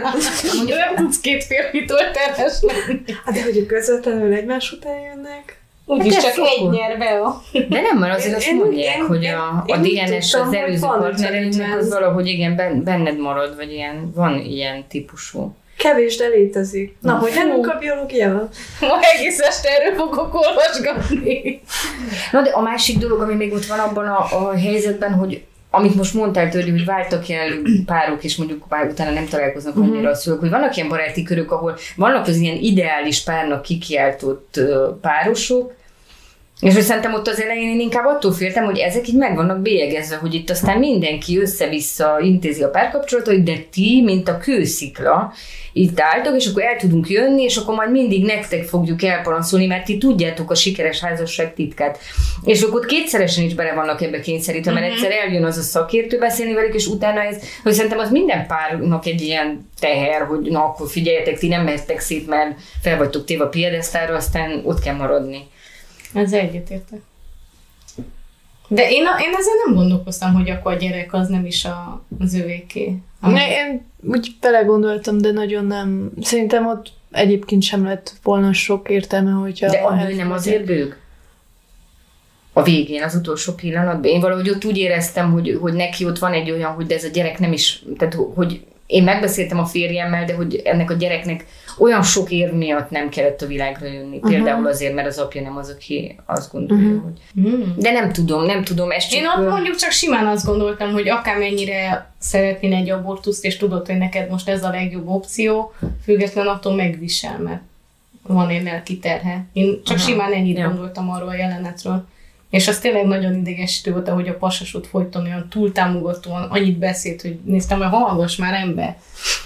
Nem tudsz két férfitől terhes lenni. Hát de hogy közvetlenül egymás után jönnek? Úgyis csak egy nyer be a... De nem, mert azért azt mondják, hogy a DNS az előző partnereinknek az valahogy igen, benned marad, vagy ilyen, van ilyen típusú. Kevés, de létezik. Na, hogy járunk a biológiával? Ma egész este erről fogok olvasgatni. Na, de a másik dolog, ami még ott van abban a helyzetben, amit most mondtál tőle, hogy váltak el párok, és mondjuk utána nem találkoznak annyira a szülők, hogy vannak ilyen baráti körök, ahol vannak az ilyen ideális párnak kikiáltott párosok, és hogy szerintem ott az elején én inkább attól féltem, hogy ezek így meg vannak bélyegezve, hogy itt aztán mindenki össze-vissza intézi a párkapcsolatot, de ti, mint a kőszikla, itt álltok, és akkor el tudunk jönni, és akkor majd mindig nektek fogjuk elparancolni, mert ti tudjátok a sikeres házasság titkát. És akkor ott kétszeresen is bele vannak ebbe kényszerítve, mert egyszer eljön az a szakértő beszélni velük, és utána ez, hogy szerintem az minden párnak egy ilyen teher, hogy na akkor figyeljetek, ti nem mehettek szét, mert fel vagytok téve a piedesztára, aztán ott kell maradni. Ezzel egyetértek. De én ezzel nem gondolkoztam, hogy akkor a gyerek az nem is az övéké. Én úgy belegondoltam, de nagyon nem. Szerintem ott egyébként sem lett volna sok értelme, hogyha... De a nő nem azért bőg? A végén, az utolsó pillanatban. Én valahogy ott úgy éreztem, hogy neki ott van egy olyan, hogy de ez a gyerek nem is... Tehát, hogy én megbeszéltem a férjemmel, de hogy ennek a gyereknek olyan sok érv miatt nem kellett a világra jönni. Például azért, mert az apja nem az, aki azt gondolja, hogy... De nem tudom, ezt csak... Én ott mondjuk csak simán azt gondoltam, hogy akármennyire szeretnél egy abortuszt, és tudod, hogy neked most ez a legjobb opció, független attól megvisel, mert van egy lelki terhe. Én csak simán ennyit gondoltam arról a jelenetről. És az tényleg nagyon idegesítő volt, ahogy a pasasot folyton olyan túltámogatóan annyit beszélt, hogy néztem, hogy hallgass már ember.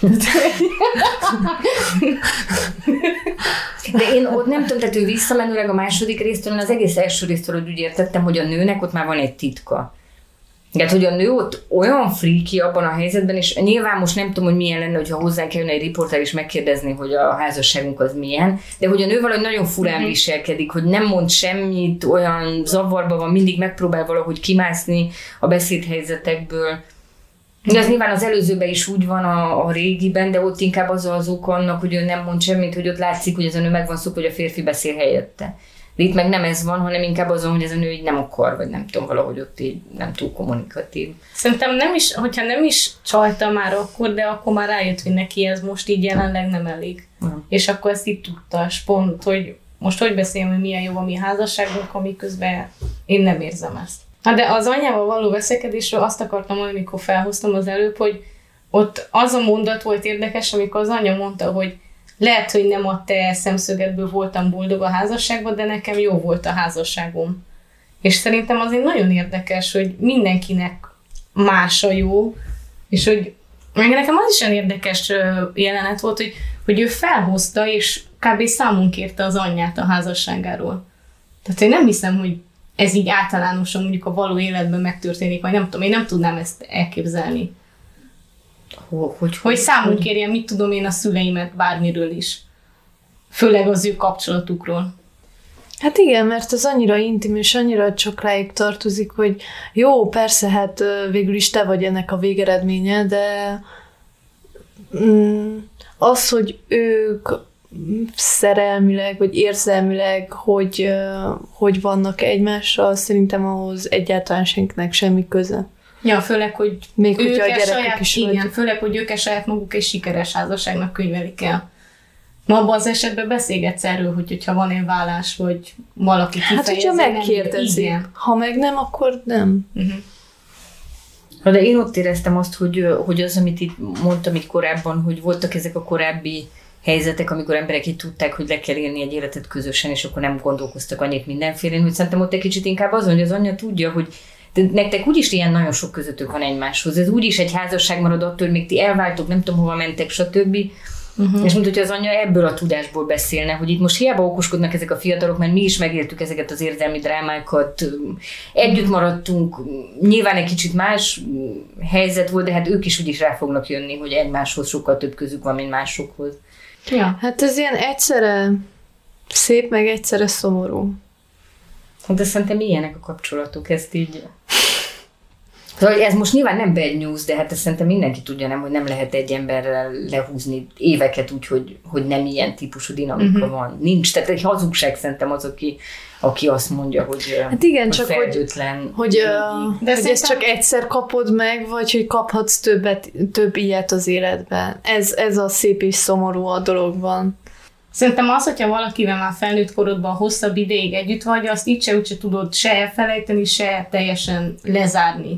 De én ott nem tudom, tehát ő visszamenőleg a második résztől, én az egész első résztől úgy értettem, hogy a nőnek ott már van egy titka. Tehát, hogy a nő ott olyan freaky abban a helyzetben, és nyilván most nem tudom, hogy milyen lenne, hogyha hozzánk jönne egy riporter és megkérdezni, hogy a házasságunk az milyen, de hogy a nő valahogy nagyon furán viselkedik, hogy nem mond semmit, olyan zavarban van, mindig megpróbál valahogy kimászni a beszédhelyzetekből. De az nyilván az előzőben is úgy van a régiben, de ott inkább az ok annak, hogy ő nem mond semmit, hogy ott látszik, hogy ez a nő meg van szokva, hogy a férfi beszél helyette. De itt meg nem ez van, hanem inkább azon, hogy ez a nő így nem akar, vagy nem tudom, valahogy ott így nem túl kommunikatív. Szerintem nem is, hogyha nem is csalta már akkor, de akkor már rájött, hogy neki ez most így jelenleg nem elég. És akkor ezt így tudta, és pont, hogy most hogy beszéljem, hogy milyen jó a mi házasságunk, amiközben én nem érzem ezt. De az anyával való veszekedésről azt akartam mondani, amikor felhoztam az előbb, hogy ott az a mondat volt érdekes, amikor az anya mondta, hogy lehet, hogy nem a te szemszögedből voltam boldog a házasságban, de nekem jó volt a házasságom. És szerintem azért nagyon érdekes, hogy mindenkinek más a jó, és hogy meg nekem az is olyan érdekes jelenet volt, hogy ő felhozta, és kb. Számon kérte az anyját a házasságáról. Tehát én nem hiszem, hogy ez így általánosan mondjuk a való életben megtörténik, vagy nem tudom, én nem tudnám ezt elképzelni. Hogy számon kérjen, mit tudom én a szüleimet bármiről is. Főleg az ő kapcsolatukról. Hát igen, mert az annyira intim, és annyira csak rájuk tartozik, hogy jó, persze, hát végül is te vagy ennek a végeredménye, de az, hogy ők szerelmileg, vagy érzelmileg, hogy vannak egymással, szerintem ahhoz egyáltalán senkinek semmi köze. Ja, főleg, hogy még ők a gyerekek is igen, vagy. Főleg, hogy ők saját maguk egy sikeres házasságnak könyvelik el. Ma abban az esetben beszélgetsz erről, hogyha van egy vállás, vagy valaki kifejezi. Hát, hogyha megkérdezik. Ha meg nem, akkor nem. De én ott éreztem azt, hogy az, amit itt mondtam itt korábban, hogy voltak ezek a korábbi helyzetek, amikor emberek így tudták, hogy le kell élni egy életet közösen, és akkor nem gondolkoztak annyit mindenfélén, hogy szerintem ott egy kicsit inkább az, hogy az anya tudja, hogy nektek úgyis ilyen nagyon sok közöttök van egymáshoz. Ez úgyis egy házasság marad attól, hogy még ti elváltok, nem tudom hova mentek, stb. És mint hogyha az anya ebből a tudásból beszélne, hogy itt most hiába okoskodnak ezek a fiatalok, mert mi is megéltük ezeket az érzelmi drámákat, együtt maradtunk, nyilván egy kicsit más helyzet volt, de hát ők is úgyis rá fognak jönni, hogy egymáshoz sokkal több közük van, mint másokhoz. Ja. Hát ez ilyen egyszerre szép, meg egyszerre szomorú. De szerintem ilyenek a kapcsolatok, ezt így... Ez most nyilván nem bad news, de hát ezt szerintem mindenki tudja, nem, hogy nem lehet egy emberrel lehúzni éveket úgy, hogy nem ilyen típusú dinamika van. Nincs, tehát egy hazugság szerintem az, aki azt mondja, hogy hát igen, hogy csak felhőtlen. hogy ezt csak egyszer kapod meg, vagy hogy kaphatsz több ilyet az életben. Ez a szép és szomorú a dologban. Szerintem az, hogyha valakivel már felnőtt korodban hosszabb ideig együtt vagy, azt így se úgyse tudod se elfelejteni, se teljesen lezárni.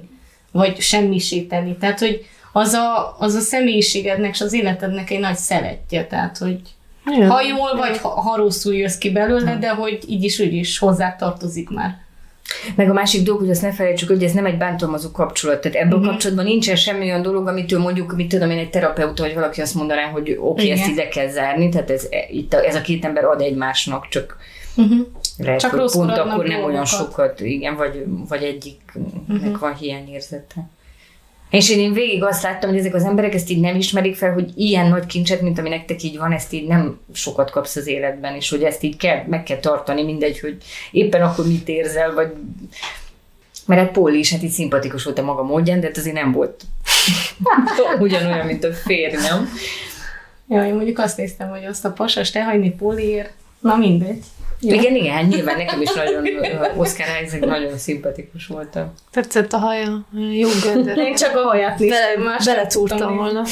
vagy semmisíteni. Tehát, hogy az a személyiségednek és az életednek egy nagy szeletje. Tehát, hogy ha jól vagy, ha rosszul jössz ki belőle, de hogy így is úgy is hozzá tartozik már. Meg a másik dolog, hogy azt ne felejtsük, hogy ez nem egy bántalmazó kapcsolat. Tehát ebben a kapcsolatban nincsen semmi olyan dolog, amitől mondjuk, mit tudom én, egy terapeuta, vagy valaki azt mondaná, hogy oké, ezt ide kell zárni. Tehát ez a két ember ad egymásnak, csak lehet, csak hogy pont akkor nem dolgokat. olyan sokat, igen, vagy egyiknek van hiányérzete. És én végig azt láttam, hogy ezek az emberek ezt így nem ismerik fel, hogy ilyen nagy kincset, mint ami nektek így van, ezt így nem sokat kapsz az életben, és hogy ezt így meg kell tartani, mindegy, hogy éppen akkor mit érzel, vagy... Mert hát Póli is hát így szimpatikus volt a maga módján, de hát azért nem volt ugyanolyan, mint a férjem. Ja, én mondjuk azt néztem, hogy azt a pasast elhagyni Póliért, na mindegy. Ja. Igen, hát nyilván nekem is nagyon, Oscar Isaac nagyon szimpatikus volt. Tetszett a haja, jó göndör. Én csak a haját néztem, beletúrtam volna.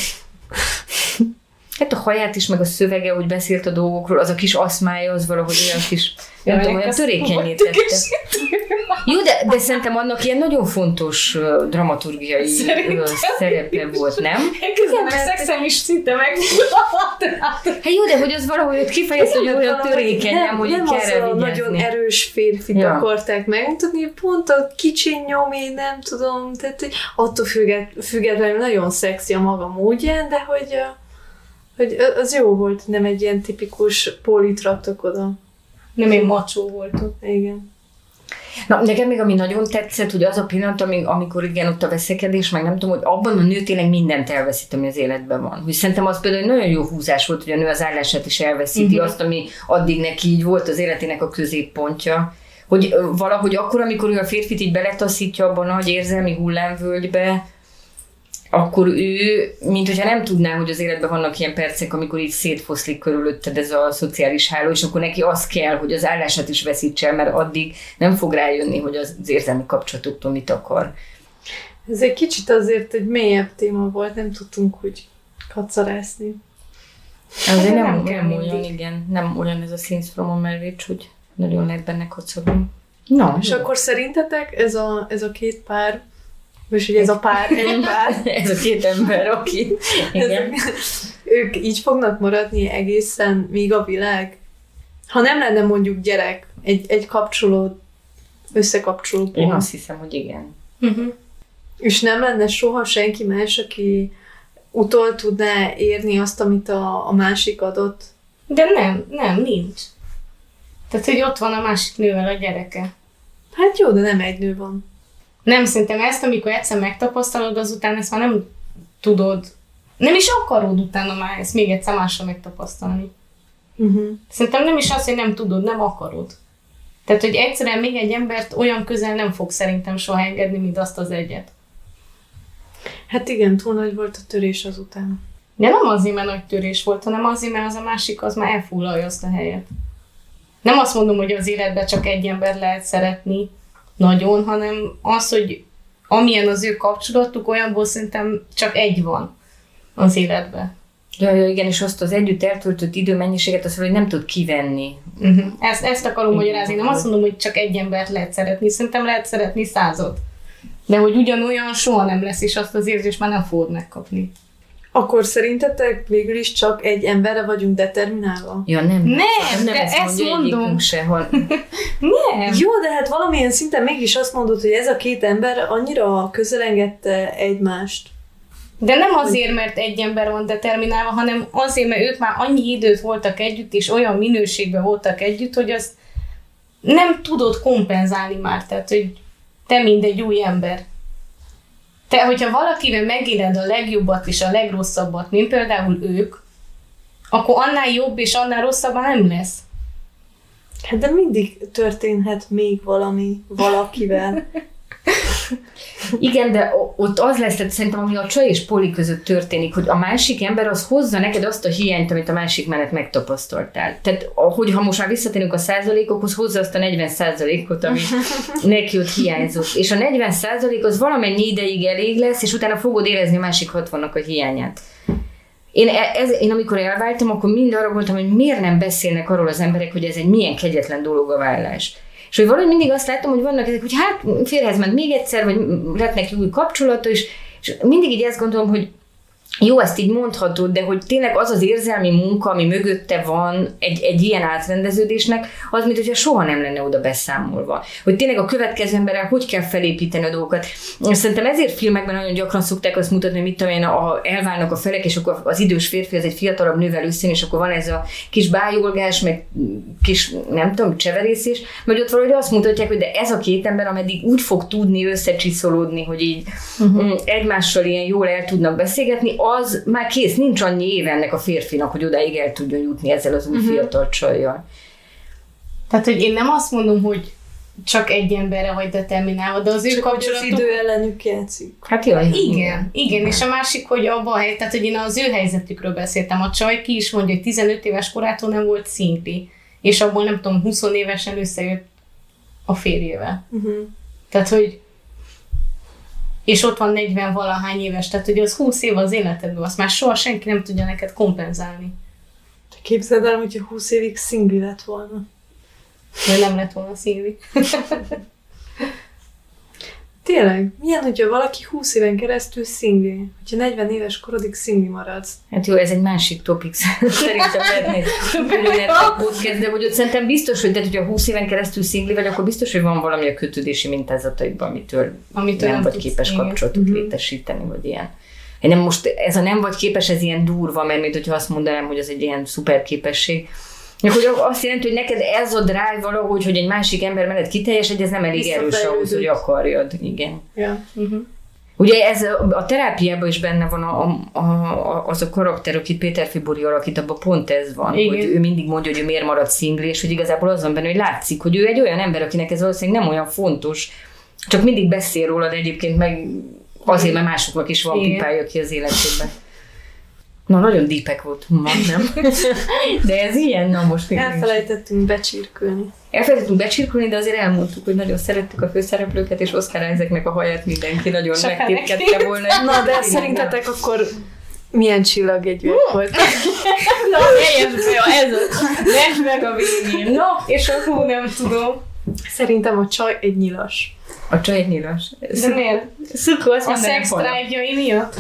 Hát a haját is, meg a szövege, hogy beszélt a dolgokról, az a kis aszmája, az valahogy olyan kis, nem tudom, olyan törékenyé tette. Jó, de szerintem annak ilyen nagyon fontos dramaturgiai szerepe volt, nem? Közben meg szexem is szinte megmutatott. Hát jó, de hogy az valahogy ott kifejezte, hogy olyan törékeny, nem, hogy nem kell az a nagyon erős férfit akarták megmutatni, pont a kicsi nyomi, nem tudom, tehát attól függetlenül nagyon szexi a maga módján, de hogy az jó volt, nem egy ilyen tipikus Pólit raktak oda. Nem egy macsó volt ott. Igen. Na, nekem még ami nagyon tetszett, hogy az a pillanat, amikor igen, ott a veszekedés, meg nem tudom, hogy abban a nő tényleg mindent elveszít, ami az életben van. Hogy szerintem az például egy nagyon jó húzás volt, hogy a nő az állását is elveszíti, azt, ami addig neki így volt az életének a középpontja. Hogy valahogy akkor, amikor ő a férfit így beletaszítja abban a nagy érzelmi hullámvölgybe, akkor ő, mint hogyha nem tudná, hogy az életben vannak ilyen percek, amikor így szétfoszlik körülötted ez a szociális háló, és akkor neki az kell, hogy az állását is veszítse el, mert addig nem fog rájönni, hogy az érzelmi kapcsolatoktól mit akar. Ez egy kicsit azért egy mélyebb téma volt, nem tudtunk úgy kacarászni. Azért nem olyan, igen, nem olyan ez a Scenes from a Marriage, hogy nagyon lehet benne kacagni. Na, és akkor szerintetek ez a két pár, és hogy ez a pár, egy pár. Ez a két ember, aki... Igen. Ők így fognak maradni egészen még a világ? Ha nem lenne mondjuk gyerek, egy kapcsoló, összekapcsoló pont. Én azt hiszem, hogy igen. És nem lenne soha senki más, aki utol tudná érni azt, amit a másik adott? De nem, nincs. Tehát, hogy ott van a másik nővel a gyereke. Hát jó, de nem egy nő van. Nem, szerintem ezt, amikor egyszer megtapasztalod, azután ezt már nem tudod, nem is akarod utána már ezt még egyszer másra megtapasztalni. Szerintem nem is az, hogy nem tudod, nem akarod. Tehát, hogy egyszerűen még egy embert olyan közel nem fog szerintem soha engedni, mint azt az egyet. Hát igen, túl nagy volt a törés azután. De nem azért, mert nagy törés volt, hanem azért, mert az a másik az már elfoglalja azt a helyet. Nem azt mondom, hogy az életben csak egy ember lehet szeretni nagyon, hanem az, hogy amilyen az ő kapcsolatuk, olyanból szerintem csak egy van az életben. Ja, igen, és azt az együtt eltöltött időmennyiséget azt hogy nem tud kivenni. Ezt akarom magyarázni. Nem azt mondom, hogy csak egy embert lehet szeretni. Szerintem lehet szeretni 100-ot. De hogy ugyanolyan soha nem lesz, és azt az érzést már nem fogod megkapni. Akkor szerintetek végül is csak egy emberre vagyunk determinálva? Ja, nem, de ezt mondom. Sehol. Nem. Jó, de hát valamilyen szinten mégis azt mondod, hogy ez a két ember annyira közelengedte egymást. De nem azért, mert egy ember van determinálva, hanem azért, mert ők már annyi időt voltak együtt, és olyan minőségben voltak együtt, hogy azt nem tudod kompenzálni már. Tehát, hogy te mind egy új ember. Te, hogyha valakivel megéled a legjobbat és a legrosszabbat, mint például ők, akkor annál jobb és annál rosszabb nem lesz. Hát de mindig történhet még valami valakivel. Igen, de ott az lesz, tehát szerintem, ami a csaj és Póli között történik, hogy a másik ember az hozza neked azt a hiányt, amit a másik mellett megtapasztaltál. Tehát, hogyha most már visszatérünk a százalékokhoz, hozza azt a 40%-ot, ami neki ott hiányzott. És a 40% az valamennyi ideig elég lesz, és utána fogod érezni a másik 60-nak a hiányát. Én amikor elváltam, akkor mind arra voltam, hogy miért nem beszélnek arról az emberek, hogy ez egy milyen kegyetlen dolog a vállás. És hogy valahogy mindig azt láttam, hogy vannak ezek, hogy hát férjhez ment még egyszer, vagy lett neki új kapcsolata, és mindig így ezt gondolom, hogy jó, ezt így mondhatod, de hogy tényleg az az érzelmi munka, ami mögötte van egy ilyen átrendeződésnek, az, mint hogyha soha nem lenne oda beszámolva. Hogy tényleg a következő emberrel hogy kell felépíteni a dolgokat. Szerintem ezért filmekben nagyon gyakran szokták azt mutatni, hogy mit tudom én, elválnak a felek, és akkor az idős férfi az egy fiatalabb nővel összejön, és akkor van ez a kis bájolgás, meg kis, nem tudom, cseverészés, vagy ott valahogy azt mutatják, hogy de ez a két ember, ameddig úgy fog tudni összecsiszolódni, hogy így egymással ilyen jól el tudnak beszélgetni, az már kész, nincs annyi év ennek a férfinak, hogy odáig el tudjon jutni ezzel az új fiatal csajjal. Tehát, hogy én nem azt mondom, hogy csak egy emberre vagy determinálva, de az ő kapcsolatuk... az idő ellenük játszik. Hát jaj. Igen, és a másik, hogy abban a hely, tehát, hogy én az ő helyzetükről beszéltem. A csaj ki is mondja, hogy 15 éves korától nem volt szingli, és abból nem tudom, 20 évesen összejött a férjével. Tehát, hogy és ott van 40-valahány éves, tehát hogy az 20 év az életedből, azt már soha senki nem tudja neked kompenzálni. Te képzeld el, hogyha 20 évig szingli lett volna. De nem lett volna szingli. Tényleg? Milyen, hogyha valaki 20 éven keresztül szingli? Hogyha 40 éves korodig szingli maradsz? Hát jó, ez egy másik topik. Szerintem lehetne egy podcast, de hogy ott szerintem biztos, hogy hogyha 20 éven keresztül szingli vagy, akkor biztos, hogy van valami a kötődési mintázataikban, amitől nem vagy képes kapcsolatot létesíteni, vagy ilyen. Én nem most, ez a nem vagy képes, ez ilyen durva, mert mint hogyha azt mondanám, hogy az egy ilyen szuper képesség. Hogy azt jelenti, hogy neked ez a drive valahogy, hogy egy másik ember mellett kiteljesedj, ez nem elég erős ahhoz, hogy akarjad. Igen. Ja. Ugye ez a terápiában is benne van az a karakter, akit Péter Fibori alakít, abban pont ez van, igen. Hogy ő mindig mondja, hogy ő miért marad szingli, és hogy igazából az van benne, hogy látszik, hogy ő egy olyan ember, akinek ez valószínűleg nem olyan fontos, csak mindig beszél róla, de egyébként meg azért, mert másoknak is van pipája ki az életében. Na, nagyon deepek volt ma, nem? De ez ilyen, na most... Elfelejtettünk becsirkölni. De azért elmondtuk, hogy nagyon szerettük a főszereplőket, és Oscar Isaacnek a haját mindenki nagyon megtépkedte volna. Na, de szerintetek akkor milyen csillagjegyűek volt? Na, ez az. Lesz meg a végén. Na, és akkor nem tudom. Szerintem a csaj egy nyilas. A csaj egy nyilas. De miért? A szex drive-jai miatt?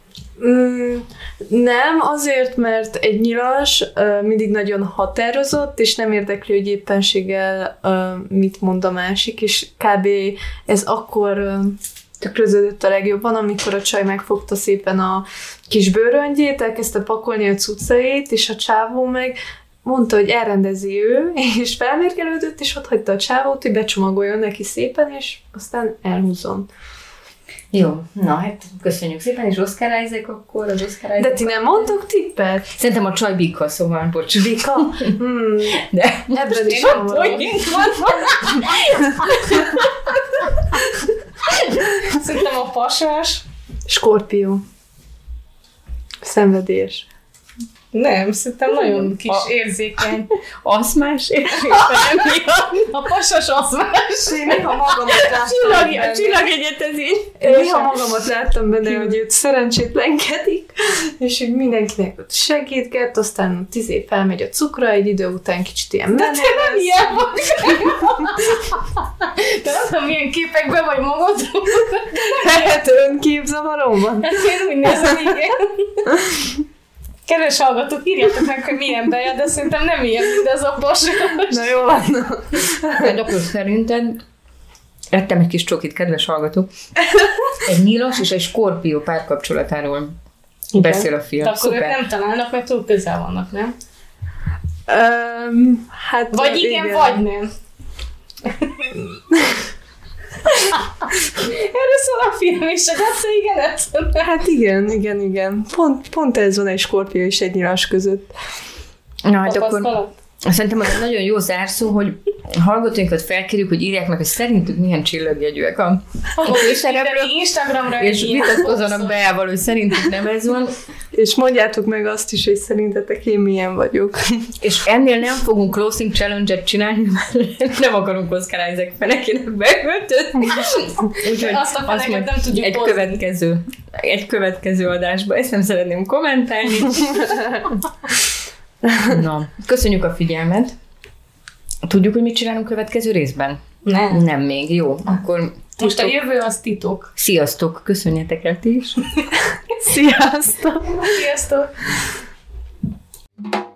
Nem, azért, mert egy nyilas mindig nagyon határozott, és nem érdekli, hogy éppenséggel mit mond a másik, és kb. Ez akkor tükröződött a legjobban, amikor a csaj megfogta szépen a kis bőröngyét, elkezdte pakolni a cuccait, és a csávó meg mondta, hogy elrendezi ő, és felmérgelődött, és ott hagyta a csávót, hogy becsomagoljon neki szépen, és aztán elhúzzon. Jó, na hát köszönjük szépen, és Oscar Isaac akkor, az Oscar Isaac. De ti nem mondtok tippet? Szerintem a csaj bika, szóval, bocs. Bika? De ebben is van valami. Szerintem a pasas. Skorpió. Szenvedélyes. Nem, szerintem nagyon kis érzékeny. Aszmás érzékeny. A pasas aszmás. Én néha magamat láttam benne. A csillagegyetezény. Én néha magamat láttam benne, hogy őt szerencsétlenkedik, és hogy mindenkinek ott segítget, aztán 10 év felmegy a cukra, egy idő után kicsit ilyen menő. De te nem ilyen vagy. De nem tudom, milyen képekben vagy magadról. Lehet önképzavarom van. Hát én úgy nézem, igen. Kedves hallgatók, írjátok meg, hogy milyen beja, de szerintem nem ilyen, mint ez a pasas. Na jó van. De akkor szerinted ettem egy kis csokit, kedves hallgatók. Egy nyilas és egy skorpió párkapcsolatáról beszél a film. De akkor ők nem találnak, mert túl közel vannak, nem? Hát vagy igen, vagy nem. Erről szól a film is, hogy igen. Hát igen. Pont ez van egy skorpió és egy nyilas között. Na hát akkor szerintem az nagyon jó zárszó, hogy hallgatóinkat felkérjük, hogy írják meg, hogy szerintük milyen csillagjegyűek a főszereplők, Instagramra és vitatkozzanak Beával, hogy szerintük nem ez van. És mondjátok meg azt is, hogy szerintetek én milyen vagyok. És ennél nem fogunk closing challenge-et csinálni, mert nem akarunk Oscar Isaac fenekének beöltözni. Úgyhogy azt a feneket nem tudjuk egy következő adásban. Ezt nem szeretném kommentálni. Na, köszönjük a figyelmet. Tudjuk, hogy mit csinálunk következő részben? Nem még. Jó, akkor... Most a jövő az titok. Sziasztok! Köszönjetek el ti is! Sziasztok! Sziasztok!